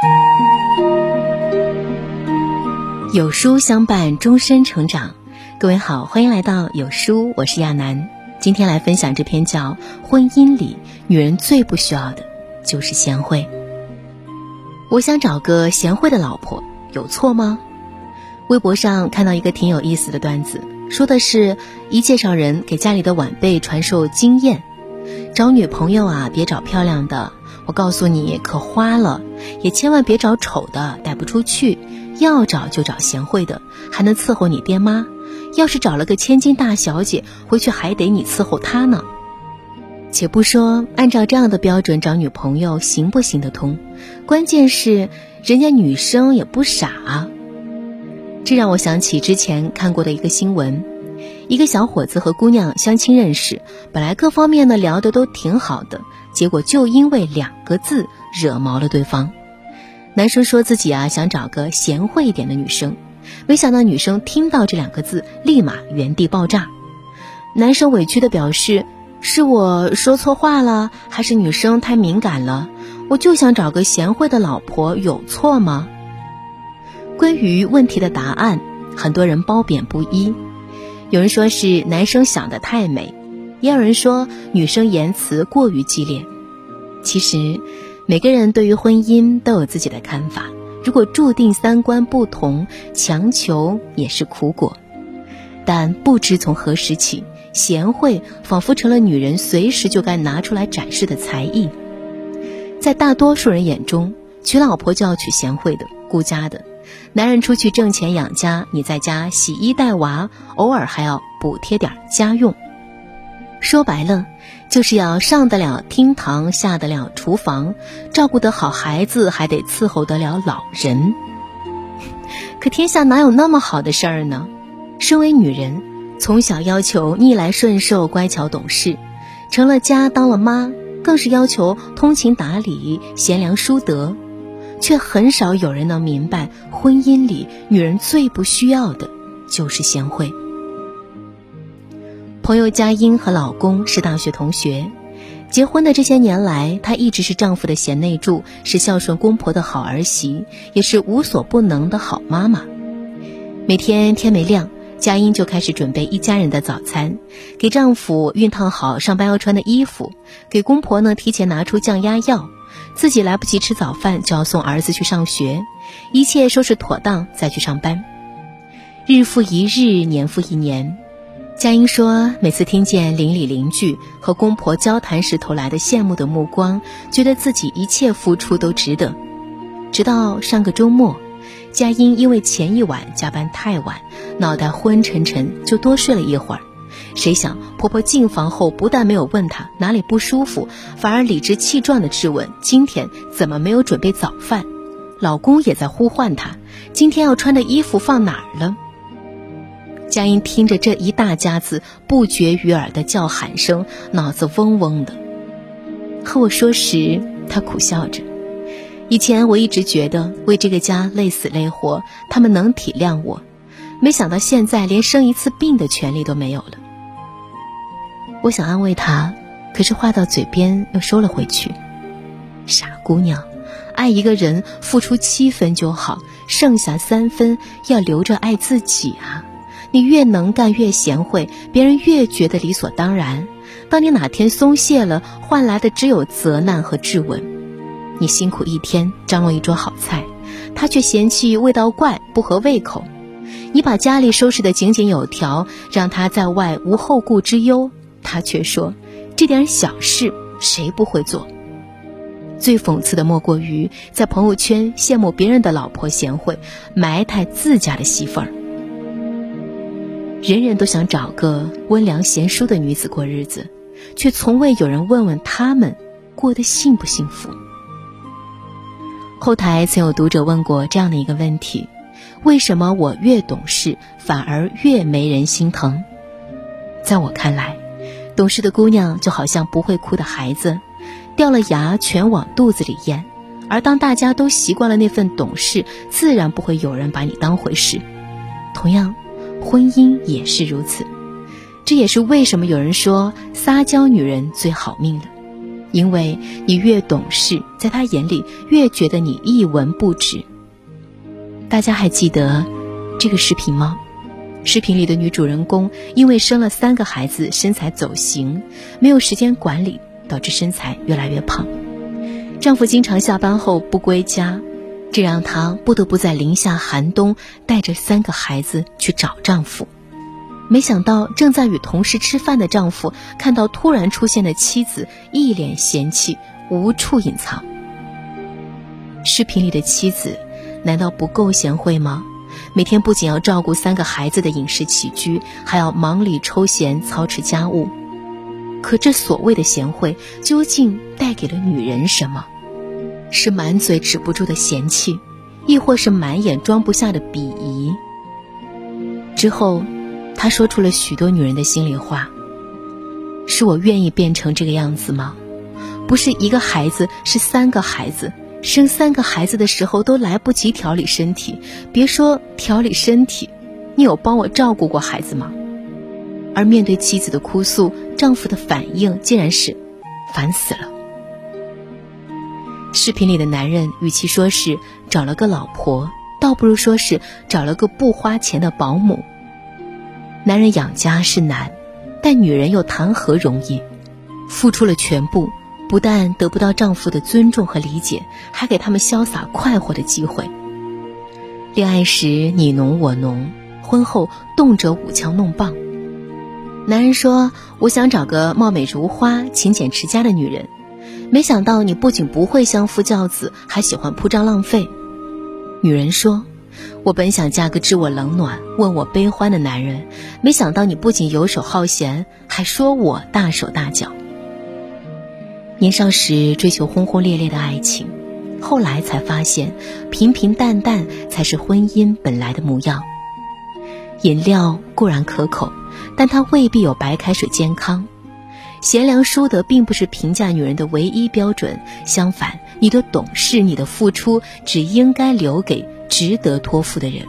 有书相伴，终身成长。各位好，欢迎来到有书，我是亚楠。今天来分享这篇叫《婚姻里女人最不需要的就是贤惠》。我想找个贤惠的老婆，有错吗？微博上看到一个挺有意思的段子，说的是一介绍人给家里的晚辈传授经验，找女朋友啊，别找漂亮的，我告诉你可花了，也千万别找丑的，带不出去，要找就找贤惠的，还能伺候你爹妈，要是找了个千金大小姐，回去还得你伺候她呢。且不说按照这样的标准找女朋友行不行得通，关键是人家女生也不傻啊。这让我想起之前看过的一个新闻，一个小伙子和姑娘相亲认识，本来各方面呢聊得都挺好的，结果就因为2个字惹毛了对方。男生说自己想找个贤惠一点的女生，没想到女生听到这2个字立马原地爆炸。男生委屈地表示，是我说错话了，还是女生太敏感了？我就想找个贤惠的老婆，有错吗？关于问题的答案，很多人褒贬不一。有人说是男生想得太美，也有人说女生言辞过于激烈。其实每个人对于婚姻都有自己的看法，如果注定3观不同，强求也是苦果。但不知从何时起，贤惠仿佛成了女人随时就该拿出来展示的才艺。在大多数人眼中，娶老婆就要娶贤惠的，顾家的。男人出去挣钱养家，你在家洗衣带娃，偶尔还要补贴点家用。说白了，就是要上得了厅堂，下得了厨房，照顾得好孩子，还得伺候得了老人。可天下哪有那么好的事儿呢？身为女人，从小要求逆来顺受，乖巧懂事，成了家当了妈，更是要求通情达理，贤良淑德。却很少有人能明白，婚姻里女人最不需要的就是贤惠。朋友佳音和老公是大学同学，结婚的这些年来，她一直是丈夫的贤内助，是孝顺公婆的好儿媳，也是无所不能的好妈妈。每天天没亮，佳音就开始准备一家人的早餐，给丈夫熨烫好上班要穿的衣服，给公婆呢提前拿出降压药，自己来不及吃早饭就要送儿子去上学，一切收拾妥当再去上班。日复一日，年复一年。佳音说，每次听见邻里邻居和公婆交谈时投来的羡慕的目光，觉得自己一切付出都值得。直到上个周末，佳音因为前一晚加班太晚，脑袋昏沉沉，就多睡了一会儿。谁想婆婆进房后不但没有问她哪里不舒服，反而理直气壮地质问今天怎么没有准备早饭。老公也在呼唤她，今天要穿的衣服放哪儿了？佳音听着这一大家子不绝于耳的叫喊声，脑子嗡嗡的。和我说时，她苦笑着，以前我一直觉得为这个家累死累活，他们能体谅我，没想到现在连生一次病的权利都没有了。我想安慰她，可是话到嘴边又收了回去。傻姑娘，爱一个人付出7分就好，剩下3分要留着爱自己啊。你越能干越贤惠，别人越觉得理所当然。当你哪天松懈了，换来的只有责难和质问。你辛苦一天张罗一桌好菜，他却嫌弃味道怪，不合胃口。你把家里收拾得井井有条，让他在外无后顾之忧，他却说这点小事谁不会做。最讽刺的莫过于在朋友圈羡慕别人的老婆贤惠，埋汰自家的媳妇儿。人人都想找个温良贤淑的女子过日子，却从未有人问问他们过得幸不幸福。后台曾有读者问过这样的一个问题，为什么我越懂事反而越没人心疼？在我看来，懂事的姑娘就好像不会哭的孩子，掉了牙全往肚子里咽，而当大家都习惯了那份懂事，自然不会有人把你当回事。同样，婚姻也是如此。这也是为什么有人说撒娇女人最好命了。 因为你越懂事，在他眼里越觉得你一文不值。大家还记得这个视频吗？视频里的女主人公因为生了3个孩子，身材走形，没有时间管理，导致身材越来越胖。丈夫经常下班后不归家，这让她不得不在零下寒冬带着3个孩子去找丈夫。没想到正在与同事吃饭的丈夫看到突然出现的妻子，一脸嫌弃，无处隐藏。视频里的妻子难道不够贤惠吗？每天不仅要照顾3个孩子的饮食起居，还要忙里抽闲操持家务。可这所谓的贤惠究竟带给了女人什么？是满嘴止不住的嫌弃，亦或是满眼装不下的鄙夷？之后他说出了许多女人的心里话。是我愿意变成这个样子吗？不是1个孩子，是3个孩子，生3个孩子的时候都来不及调理身体，别说调理身体，你有帮我照顾过孩子吗？而面对妻子的哭诉，丈夫的反应竟然是烦死了。视频里的男人与其说是找了个老婆，倒不如说是找了个不花钱的保姆。男人养家是难，但女人又谈何容易？付出了全部，不但得不到丈夫的尊重和理解，还给他们潇洒快活的机会。恋爱时你侬我侬，婚后动辄舞枪弄棒。男人说，我想找个貌美如花、勤俭持家的女人，没想到你不仅不会相夫教子，还喜欢铺张浪费。女人说，我本想嫁个知我冷暖、问我悲欢的男人，没想到你不仅游手好闲，还说我大手大脚。年少时追求轰轰烈烈的爱情，后来才发现平平淡淡才是婚姻本来的模样。饮料固然可口，但它未必有白开水健康。贤良淑德并不是评价女人的唯一标准，相反，你的懂事，你的付出，只应该留给值得托付的人。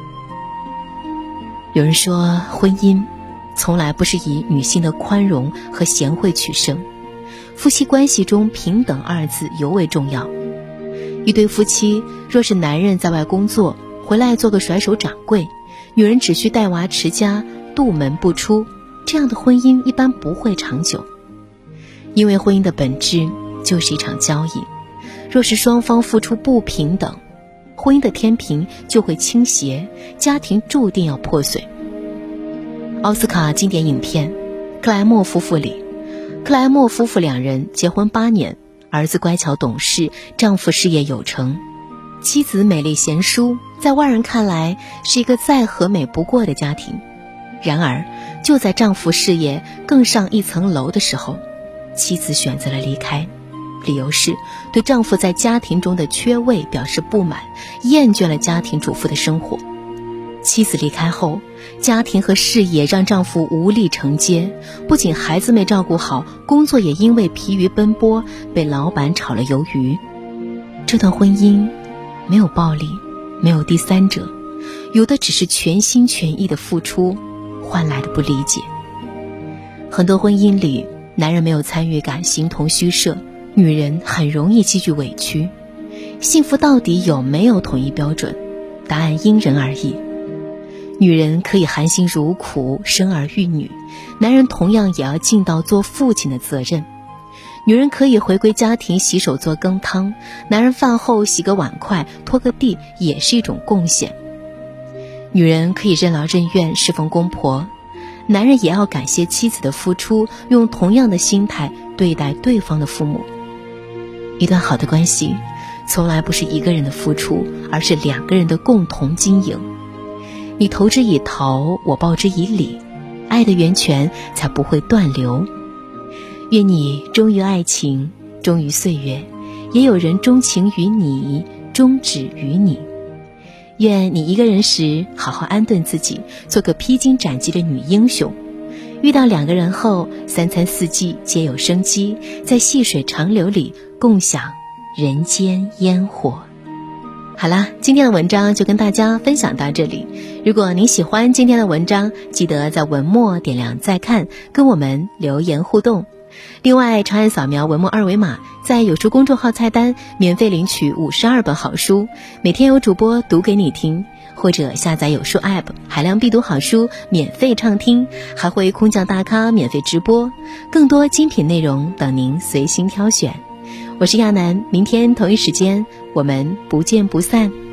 有人说，婚姻从来不是以女性的宽容和贤惠取胜，夫妻关系中平等2字尤为重要。一对夫妻若是男人在外工作，回来做个甩手掌柜，女人只需带娃持家，杜门不出，这样的婚姻一般不会长久。因为婚姻的本质就是一场交易，若是双方付出不平等，婚姻的天平就会倾斜，家庭注定要破碎。奥斯卡经典影片《克莱默夫妇》里，克莱默夫妇2人结婚8年，儿子乖巧懂事，丈夫事业有成，妻子美丽贤淑，在外人看来是一个再和美不过的家庭。然而就在丈夫事业更上一层楼的时候，妻子选择了离开，理由是对丈夫在家庭中的缺位表示不满，厌倦了家庭主妇的生活。妻子离开后，家庭和事业让丈夫无力承接，不仅孩子没照顾好，工作也因为疲于奔波被老板炒了鱿鱼。这段婚姻没有暴力，没有第三者，有的只是全心全意的付出换来的不理解。很多婚姻里，男人没有参与感，形同虚设，女人很容易积聚委屈。幸福到底有没有统一标准？答案因人而异。女人可以含辛茹苦生儿育女，男人同样也要尽到做父亲的责任。女人可以回归家庭洗手做羹汤，男人饭后洗个碗筷拖个地也是一种贡献。女人可以任劳任怨侍奉公婆，男人也要感谢妻子的付出，用同样的心态对待对方的父母。一段好的关系从来不是一个人的付出，而是2个人的共同经营。你投之以桃，我报之以李，爱的源泉才不会断流。愿你忠于爱情，忠于岁月，也有人钟情于你，终止于你。愿你一个人时好好安顿自己，做个披荆斩棘的女英雄。遇到2个人后，3餐4季皆有生机，在细水长流里共享人间烟火。好啦，今天的文章就跟大家分享到这里。如果您喜欢今天的文章，记得在文末点亮再看，跟我们留言互动。 另外，长按扫描文末二维码，在有书公众号菜单免费领取52本好书，每天有主播读给你听，或者下载有书 App， 海量必读好书免费畅听，还会空降大咖免费直播，更多精品内容等您随心挑选。我是亚楠，明天同一时间我们不见不散。